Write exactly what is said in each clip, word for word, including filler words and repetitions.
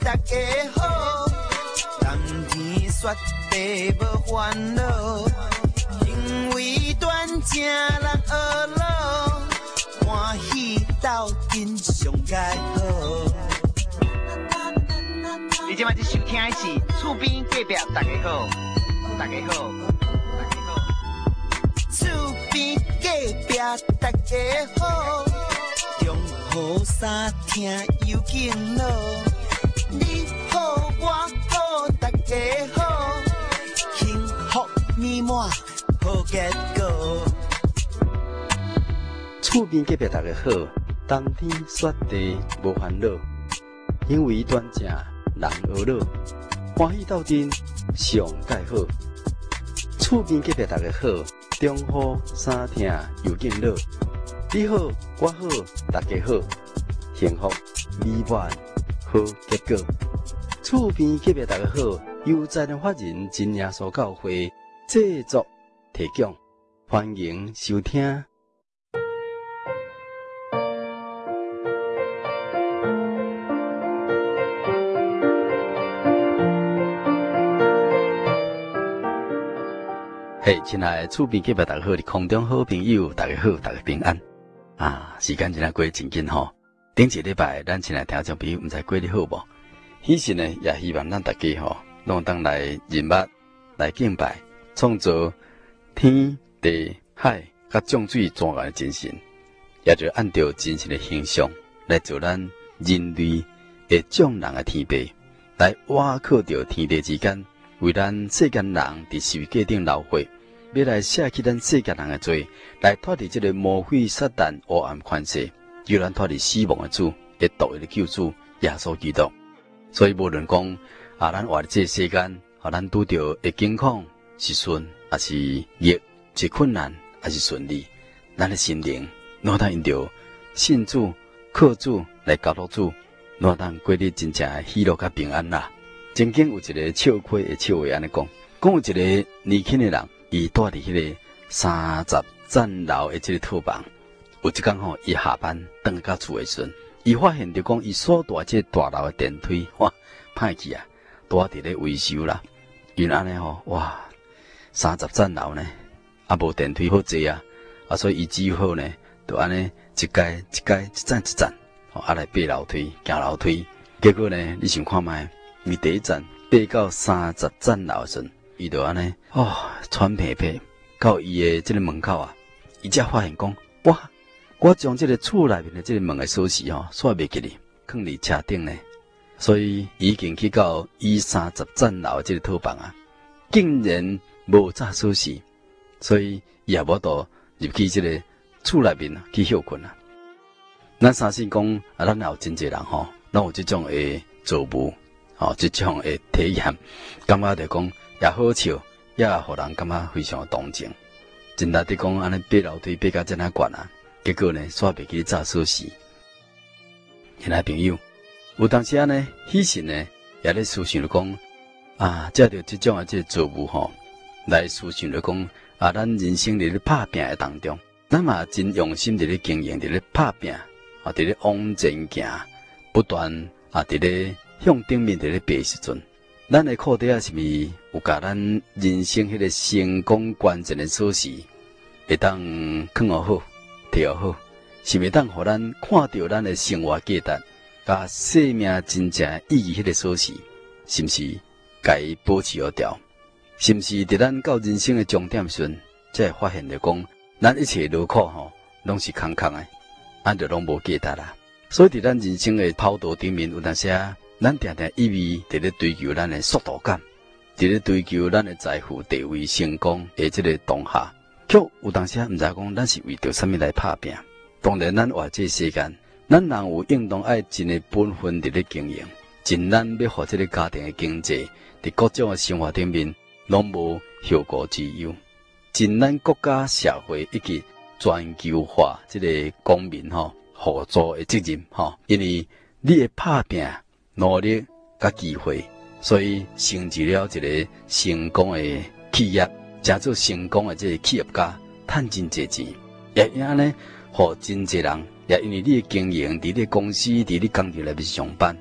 大家好，冬天雪地无烦恼，行为端正人学老，欢喜斗阵上佳好。你今晚在收听的是厝边隔壁大家好，大家好，大家好，厝边隔壁大家好，中好三听又敬老，你好我好大家好，幸福美满好结果。 厝边隔壁大家好，冬天雪地无烦恼，因为端正人学老，欢喜斗阵上介好。厝边隔壁大家好，中好三听又敬老，你好我好大家好，幸福美满好结果。厝边隔壁大家好，由在人法人真耶稣教会制作提供，欢迎收听。嘿，亲爱的厝边隔壁大家好，空中好朋友大家好，大家平安啊！时间真系过真紧吼。顶一礼拜，咱亲爱听众朋友，毋知过得好无？其实呢，也希望咱大家吼，拢当来认捌、来敬拜、创造天地海甲众水庄严的精神，也就按照真实的形象来做咱人类的众人的天父，来挖靠着天地之间，为咱世间人伫十字架顶流血。要来卸去咱世界人的罪，来脱离这个魔鬼撒旦黑暗权势，叫咱脱离死亡的主，会独一的救主耶稣基督。所以无论讲啊，咱活伫这世间，啊，咱拄着会境况是顺，还是逆，是困难，还是顺利，咱的心灵，哪当因着信主、靠主来交托主，哪当过得真正的喜乐甲平安啦。曾经有一个笑话的笑话安尼讲，讲有一个年轻的人。伊住伫迄个三十层楼的即个套房，有一天吼，伊下班回到厝的时阵，伊发现着讲伊所住即个大楼的电梯，哇，歹去啊，拄伫咧维修啦。因安尼吼，哇，三十层楼呢，啊无电梯好坐啊，啊所以伊只好呢，就安尼一阶一阶一站一站，吼啊来爬楼梯，行楼梯。结果呢，你想看卖，伊第一站爬到三十层楼的时阵。伊就安尼哦，喘皮皮到伊的这个门口啊，伊才发现讲，哇，我将这个厝内面的这个门的锁匙吼，锁袂记哩，放伫车顶呢，所以已经去到伊三十层楼的这个套房啊，竟然无插锁匙，所以伊也无到入去这个厝内面去休困啊。咱相信讲啊，咱有真侪人吼，咱有这种的做务，吼，这种的体验，感觉着讲。也好笑，也互人感觉非常同情。真值得讲安尼爬楼梯爬到这么悬啊，结果呢，煞袂记插锁匙。亲爱朋友，有当时啊呢，喜神呢也咧思想着讲啊，借着这种啊这作物吼，来思想着讲啊，咱人生伫咧拍拼的当中，咱嘛真用心伫咧经营，伫咧拍拼啊，伫咧往前行，不断啊伫咧向顶面伫咧爬时阵。咱的课底啊，是咪有甲咱人生迄个成功关键的锁匙，会当放好好，摕好，是咪当互咱看到咱的生活价值，甲生命真正意义迄个锁匙，是毋是该保持好调？是毋是伫咱到人生的终点时，才会发现着讲，咱一切劳苦吼，拢是空空的，咱就拢无价值啦。所以伫咱人生的跑道顶面，有当时啊。咱常常意味伫咧追求咱的速度感，伫咧追求咱的财富、地位、成功的这个当下，却有当时啊，毋知讲咱是为着什么来拍拼。当然，咱活这世间，咱人有应当爱尽的本分伫咧经营，尽咱要互这个家庭的经济，伫各种的生活顶面，拢无后顾之忧，尽咱国家社会以及全球化这个公民吼互助的责任吼，因为你的拍拼。努力甲机会，所以成就了一个成功的企业，成做成功的这个企业家，赚真侪钱。也因安尼，互真侪人，也因为你的经营，伫你公司，伫你工厂内面上班，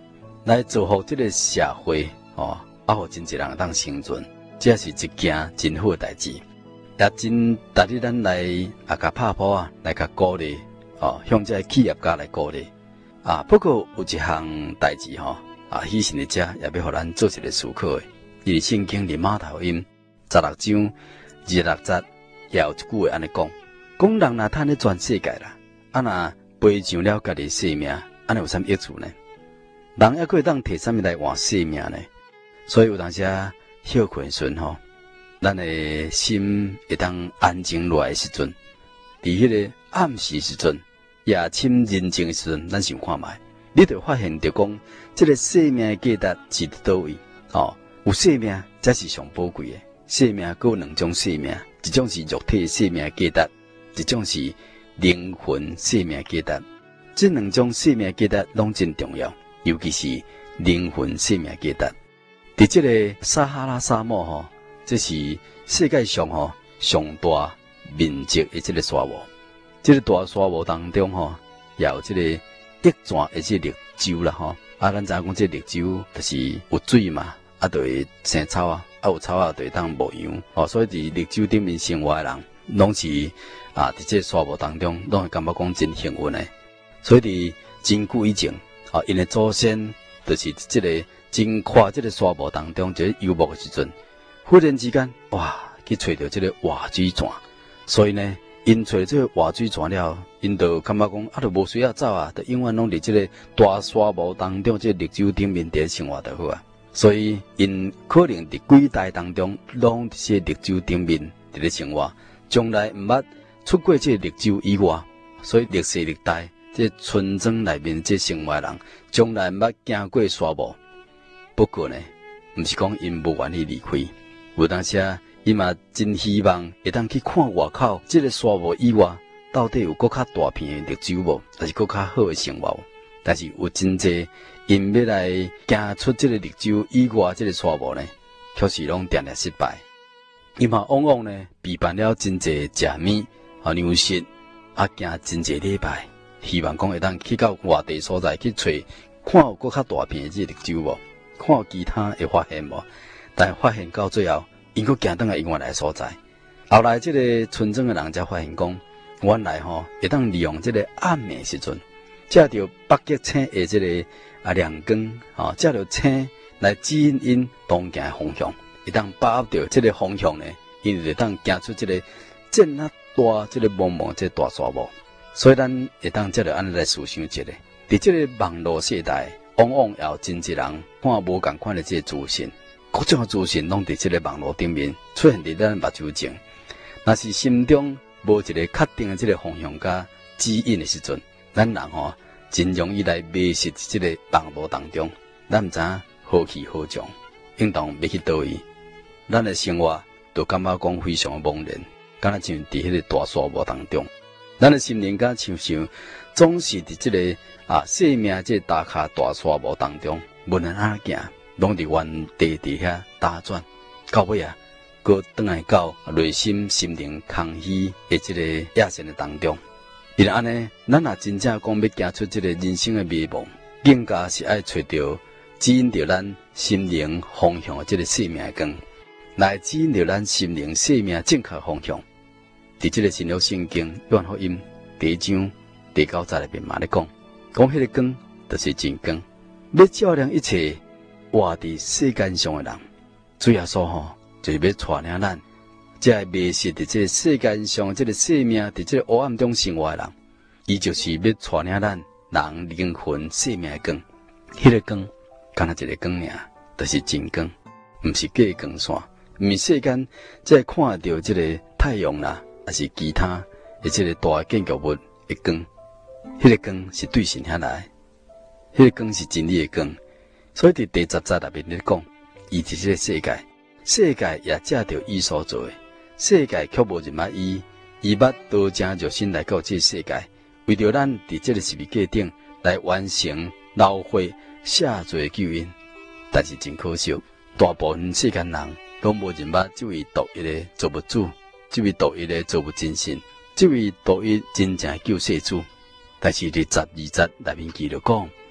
来造福这个社会哦，啊，互真侪人当生存，这是一件真好的代志，也真值得咱来啊，甲拍谱啊，来甲鼓励哦，向这企业家来鼓励啊。不过有一项代志吼啊，喜神的遮也要互咱做一个思考的，因为圣经里马太福音十六章二十六节也有一句话安尼讲，讲人若趁咧全世界啦，啊若赔上了家己性命，安尼有啥益处呢？人还可以当摕啥物来换性命呢？所以有当时啊，休困时吼，咱的心会当安静落来的时阵，伫迄个暗时时阵，夜深人静的时阵，咱想看觅，你就发现着讲，这个生命的价值是伫倒位？哦，有生命才是上宝贵的。生命各有两种生命，一种是肉体生命的价值，一种是灵魂生命的价值。这两种生命的价值拢真重要，尤其是灵魂生命的价值。伫这个撒哈拉沙漠吼，这是世界上吼上大面积的这个沙漠。这个大沙漠当中吼，也有这个液状的这个绿洲啦吼。啊，咱知影讲这绿洲就是有水嘛，啊，就会生草啊，啊有草啊，就会当牧羊。哦，所以伫绿洲顶面生活的人，拢是啊，伫这沙漠当中，拢会感觉讲真幸运的。所以伫真久以前，啊，因的祖先就是这个。真看这个沙漠当中，这个游牧的时阵，忽然之间，哇，去找到这个活水泉。所以呢，因找到这个活水泉了，因就感觉讲，啊，就无需要走啊，就永远拢伫这个大沙漠当中，这个绿洲顶面伫生活就好啊。所以因可能伫几代当中，拢伫这绿洲顶面伫咧生活，从来毋捌出过这个绿洲以外。所以历世历代，这村庄内面这生活的人，从来毋捌行过沙漠。不过呢，毋是讲因无愿意离开，有当时啊，伊嘛真希望会当去看外口这个沙漠以外，到底有搁较大片的绿洲无，还是搁较好的生活。但是有真济因要来行出这个绿洲以外这个沙漠呢，却是拢定定失败。伊嘛往往呢，备办了真济食物啊粮食，啊行真济礼拜，希望讲会当去到外地所在去找看有搁较大片的这个绿洲无。看其他会发现无，但发现到最后，因佫行倒来原来所在。后来这个村庄的人才发现讲，原来吼会当利用这个暗暝时阵，借着北极星的这个啊亮光，吼借着星来指引因当行的方向，会当把握着这个方向呢，因就当行出这个真啊大这个茫茫这大沙漠。所以咱会当借着安尼来思想一下，伫这个网络时代。往往也有真侪人看无共款的这个资讯，各种的资讯拢伫这个网络顶面出现伫咱目睭前。若是心中无一个确定的这个方向甲指引的时阵，咱人吼真容易来迷失这个网络当中。咱毋知影何去何从，应当要去倒位，咱的生活就感觉讲非常的茫然，敢若像伫迄个大沙漠当中。咱的心灵甲像像总是伫这个啊生命这大卡大沙漠当中，无能安行，拢伫原地伫遐打转，到尾啊，搁转来到内心心灵空虚的这个野性的当中。因为安尼，咱若真正讲要行出这个人生的迷茫，更加是爱找到指引着咱心灵方向的这个生命的光，来指引着咱心灵生命正确方向。伫这个新约圣经约翰福音第一章第九节里面嘛咧讲，讲迄个光就是真光，要照亮一切活伫世间上的人。主耶稣吼，就是要带领咱，这迷失伫这个世间上这个生命伫这个黑暗中生活的人，伊就是要带领咱人灵魂生命的光。迄个光，敢若一个光尔，就是真光，毋是假光线，毋是世间再看到这个太阳啦。还是其他的这个大建筑物的光，迄个光是对神遐来，迄个光是真理的光。所以伫第十节内面咧讲，伊是这个世界，世界也借着伊所做的，世界却无人捌伊，伊捌道成肉身来到这个世界，为着咱伫这个十字架顶来完成流血赦罪救恩。但是真可惜，大部分世间人都无人捌这位独一的造物主。这位独一的造物真神，这位独一真正救世主。但是伫十二节内面记着讲，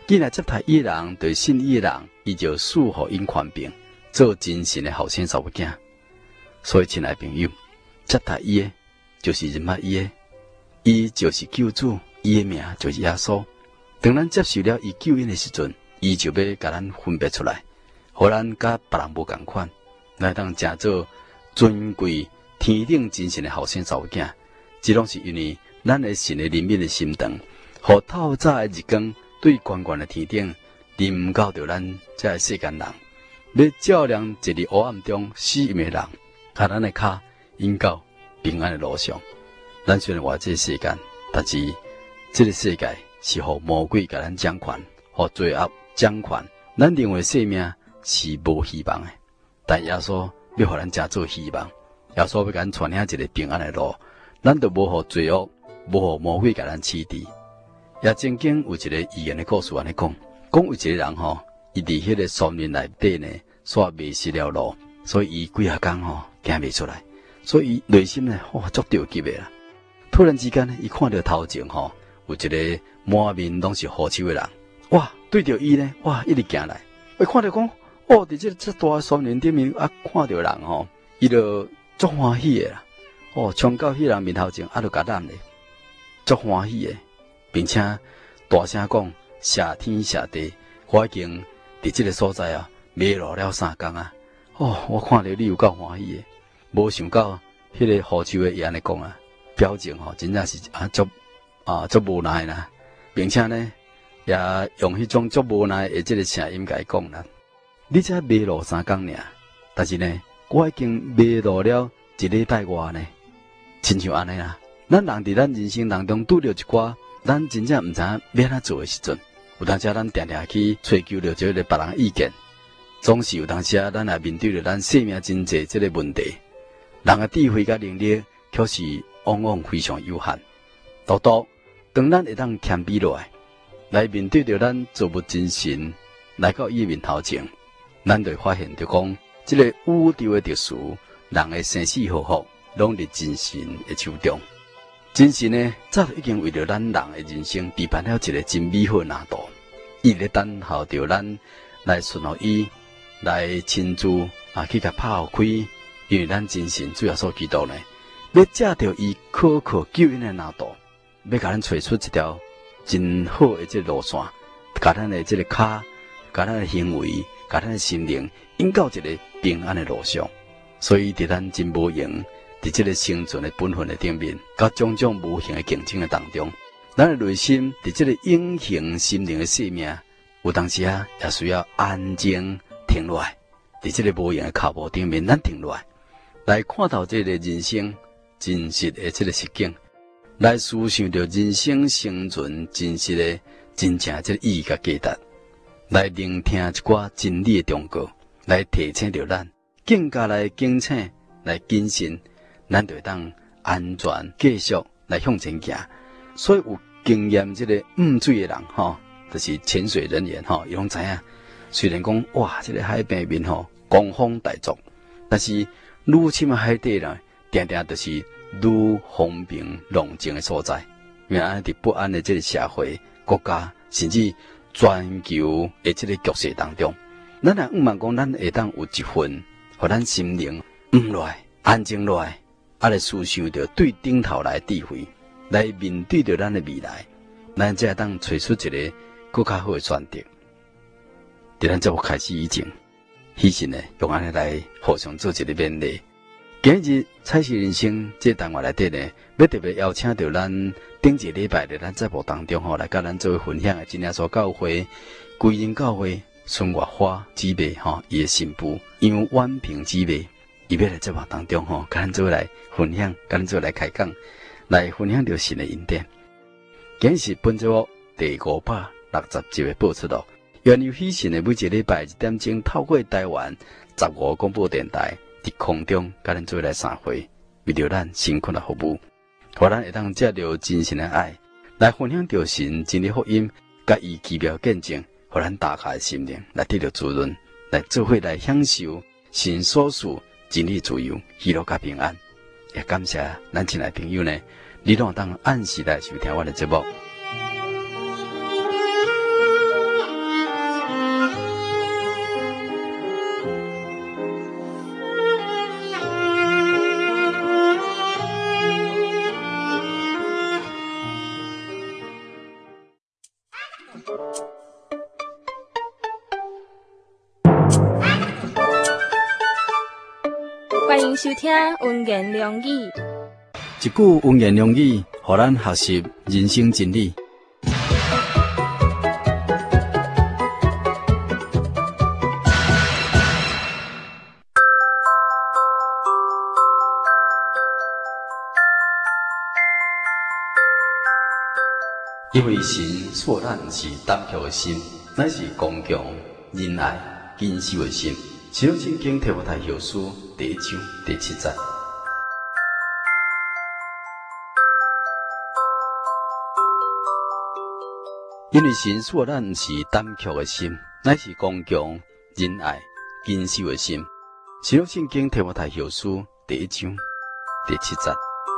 既然接待伊的人，对信伊的人，伊就赐予因权柄，做真神的后生查某囝。所以，亲爱朋友，接待伊的，就是认捌伊的，伊就是救主，伊的名就是耶稣。当咱接受了伊救恩的时阵，伊就要甲咱分别出来，互咱甲别人无共款，来当成做尊贵天顶真神的后生查某囝。这拢是因为咱的神的怜悯的心肠，互透早的日光对悬悬的天顶临到着咱这个世间人，要照亮一日黑暗中死荫的人，甲咱的脚引到平安的路上。咱虽然活这个世间，但是这个世界是互魔鬼甲咱掌权，互罪恶掌权。咱认为生命是无希望的，但耶稣要互咱加做希望。耶稣要甲咱传领一个平安的路，咱就无互罪恶，无互魔鬼甲咱欺敌。也曾经有一个寓言的故事安尼讲，讲有一个人吼，伊伫迄个森林内底呢，煞迷失了路，所以伊几啊工吼行袂出来，所以伊内心呢，哇，足着急的啦。突然之间呢，伊看到头前吼有一个满面拢是好手的人，哇，对着伊呢，哇，一直行来，伊看到讲，哦，伫这这大的森林顶面啊，看到人吼，伊就足欢喜的啦，哦，冲到迄人面头前，啊，就甲揽咧，足欢喜的，并且大声讲，谢天谢地，我已经伫这个所在啊，迷路了三工啊，哦，我看到你有够欢喜的，无想到迄个好手的伊安尼讲啊。表情吼，真正是啊足啊足无奈啦，并且呢，也用迄种足无奈的这个声音甲伊讲啦。你才迷路三工尔，但是呢，我已经迷路了一礼拜外呢，亲像安尼啦。咱人伫咱人生当中拄着一寡，咱真正毋知影要安怎做的时阵，有当时咱定定去追求着这个别人意见，总是有当时啊，咱也面对着咱生命真济这个问题，人的智慧甲能力却是往往非常有限。独独当咱会当谦卑落来，来面对着咱造物真神来到伊面头前，咱就会发现着讲，这个宇宙的特殊，人的生死祸福，拢伫真神的手中。真神呢，早就已经为着咱人的人生备办了一个真美好的蓝图，伊咧等候着咱来顺服伊，来亲自啊去甲拍开，因为咱真神主要所基督呢。要借着伊可靠救恩的蓝图，要甲咱找出一条真好的这个路线，甲咱的这个脚，甲咱的行为，甲咱的心灵引到一个平安的路上。所以，伫咱真无用，伫这个生存的本分的顶面，甲种种无形的竞争的当中，咱的内心伫这个隐形心灵的生命，有当时啊，也需要安静停落来，伫这个无形的脚步顶面，咱停落来，来看到这个人生。真实的这个实境，来思想着人生生存真实的真正这个意义甲价值，来聆听一寡真理的忠告，来提醒着咱，更加来警醒，来谨慎，咱就会当安全继续来向前行。所以有经验这个毋水的人吼，就是潜水人员吼，伊拢知影。虽然讲哇，这个海边面吼狂风大作，但是愈深的海底呢。定定就是愈风平浪静的所在，因为安尼伫不安的这个社会、国家，甚至全球的这个局势当中，咱也毋茫讲，咱会当有一份，互咱心灵稳落来、安静落来，啊来思想着对顶头来智慧，来面对着咱的未来，咱才会当找出一个更较好的选择。伫咱节目开始以前，希神呢用安尼来互相做一个勉励。今日彩色人生这单元内底呢，要特别邀请到咱顶一礼拜的咱节目当中吼，来甲咱做位分享的真耶稣教会归仁教会孙月花姊妹吼，伊的新妇杨婉萍姊妹，伊要来节目当中吼，甲咱做来分享，甲咱做来开讲，来分享着神的恩典。今日是本节目第五百六十集的播出咯。原有喜神的每一礼拜一点钟，透过台湾十五广播电台。伫空中，甲咱做来三会，为着咱辛苦的服务，互咱会当借着真神的爱，来分享着神真理福音，甲伊奇妙见证，互咱打开心灵，来得到滋润，来做伙来享受神所赐真理自由、喜乐甲平安。也感谢咱亲爱朋友呢，你拢当按时来收听我的节目。 收听文言良语， 一句文言良语，互咱学习人生真理。因为神赐咱不是胆怯的心，乃是刚强、仁爱、坚守的心。使徒圣经提摩太后书第一章第七节。因为神赐咱不是胆怯的心，乃是刚强、仁爱、坚守的心。使徒圣经提摩太后书第一章第七节。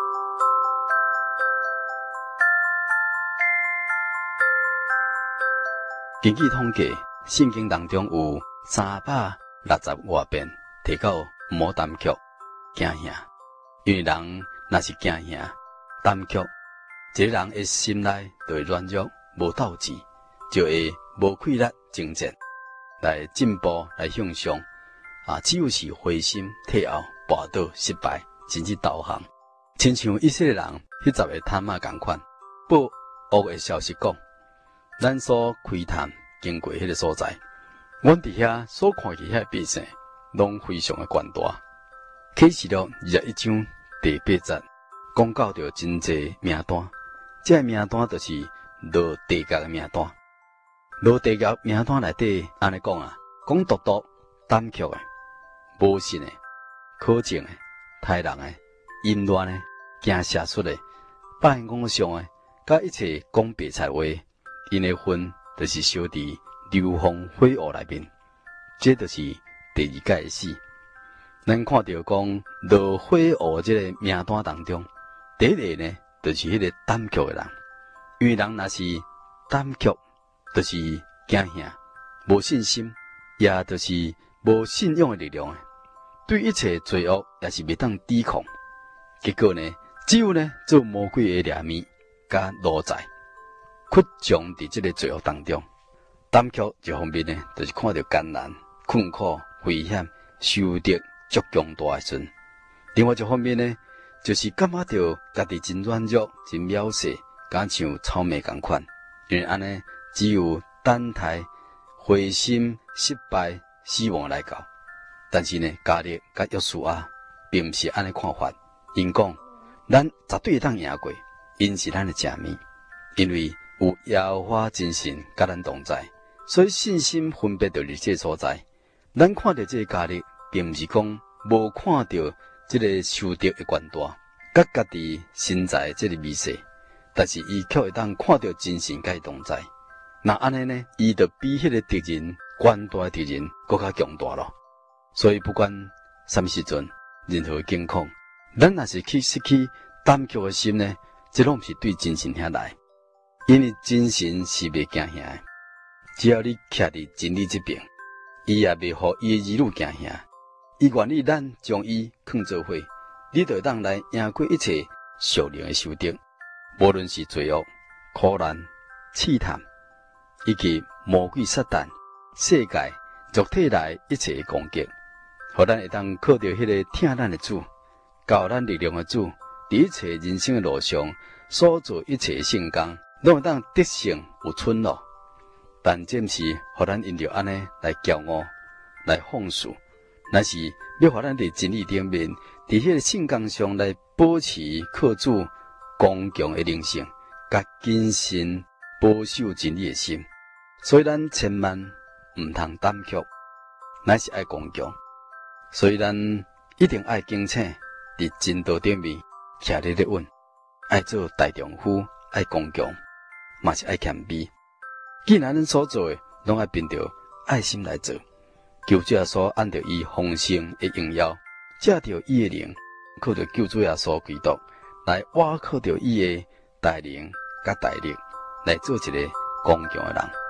根据统计，圣经当中有三百六十外遍提到莫胆怯、惊吓。因为人若是惊吓、胆怯，一个人的心内就会软弱、无斗志，就会无气力征战来进步、来向上。啊，只有是灰心退后、跋倒、失败，甚至投降，亲像以色列人迄十个探马共款。报恶的消息讲。咱所窥探经过迄个所在，阮伫遐所看见遐百姓，拢非常的悬大。启示录二十一章第八节讲到着真济名单，这个名单就是落地狱的名单。落地狱名单内底安尼讲啊，讲独独、胆怯的、无信的、可敬的、杀人的、淫乱的、惊邪术的、拜偶像的，甲一切讲白菜话。因的魂就是烧伫流风火湖内面，这就是第二界的死。咱看到讲落火湖这个名单当中，第一个呢，就是迄个胆怯的人。因为人若是胆怯，就是惊吓、无信心，也就是无信仰的力量的，对一切罪恶也是袂当抵抗。结果呢，只有呢做魔鬼的掠物甲奴才。屈将伫这个罪恶当中，胆怯一方面呢，就是看到艰难、困苦、危险、受敌足强大的时；另外一方面呢，就是感觉到家己真软弱、真渺小，敢像草莓共款。因为安尼，只有等待、灰心、失败、死亡来到。但是呢，加勒甲约书亚并不是安尼看法。因讲，咱绝对会当赢过，因是咱的正面，因为。有耶和华真神甲咱同在，所以信心分别着伫这所在。咱看到这个家力，并不是讲无看到这个受敌的悬大，甲家己身在这个微细，但是伊却会当看到真神甲伊同在。那安尼呢，伊就比迄个敌人悬大的敌人更加强大咯。所以不管什么时阵，任何境况，咱若是去失去胆怯的心呢，这拢是对真神遐来。因为真神是袂惊吓的，只要你徛伫真理这边，伊也袂互伊的儿女惊吓。伊愿意咱将伊放做伙，你就当来赢过一切属灵的仇敌，无论是罪恶、苦难、试探，以及魔鬼撒旦、世界、肉体内一切的攻击，互咱会当靠着迄个听咱的主、教咱力量的主，伫一切人生的路上所做一切的圣工。拢会当得胜有存咯，但这毋是互咱因着安尼来骄傲、来放肆，乃是要互咱伫真理顶面，伫迄个圣工上来保持靠主刚强的灵性，甲谨慎保守真理的心。所以咱千万毋通胆怯，乃是爱刚强。所以咱一定爱警醒伫真道顶面徛咧咧稳，爱做大丈夫，爱刚强。嘛是爱谦卑，既然咱所做的拢爱凭着爱心来做，求主耶稣按照伊丰盛的荣耀，借着伊的灵，靠着救主耶稣基督来挖靠着伊的带领甲带力，来做一个刚强的人。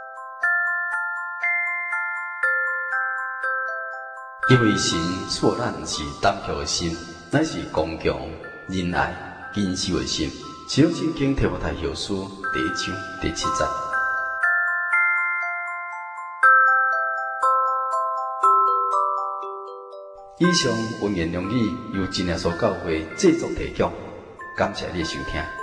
因为神赐咱是胆怯的心，乃是刚强、仁爱、坚守的心。使徒圣经提摩太后书第一章第七节。 以上文言良语由真耶稣教会制作提供，感谢你的收听。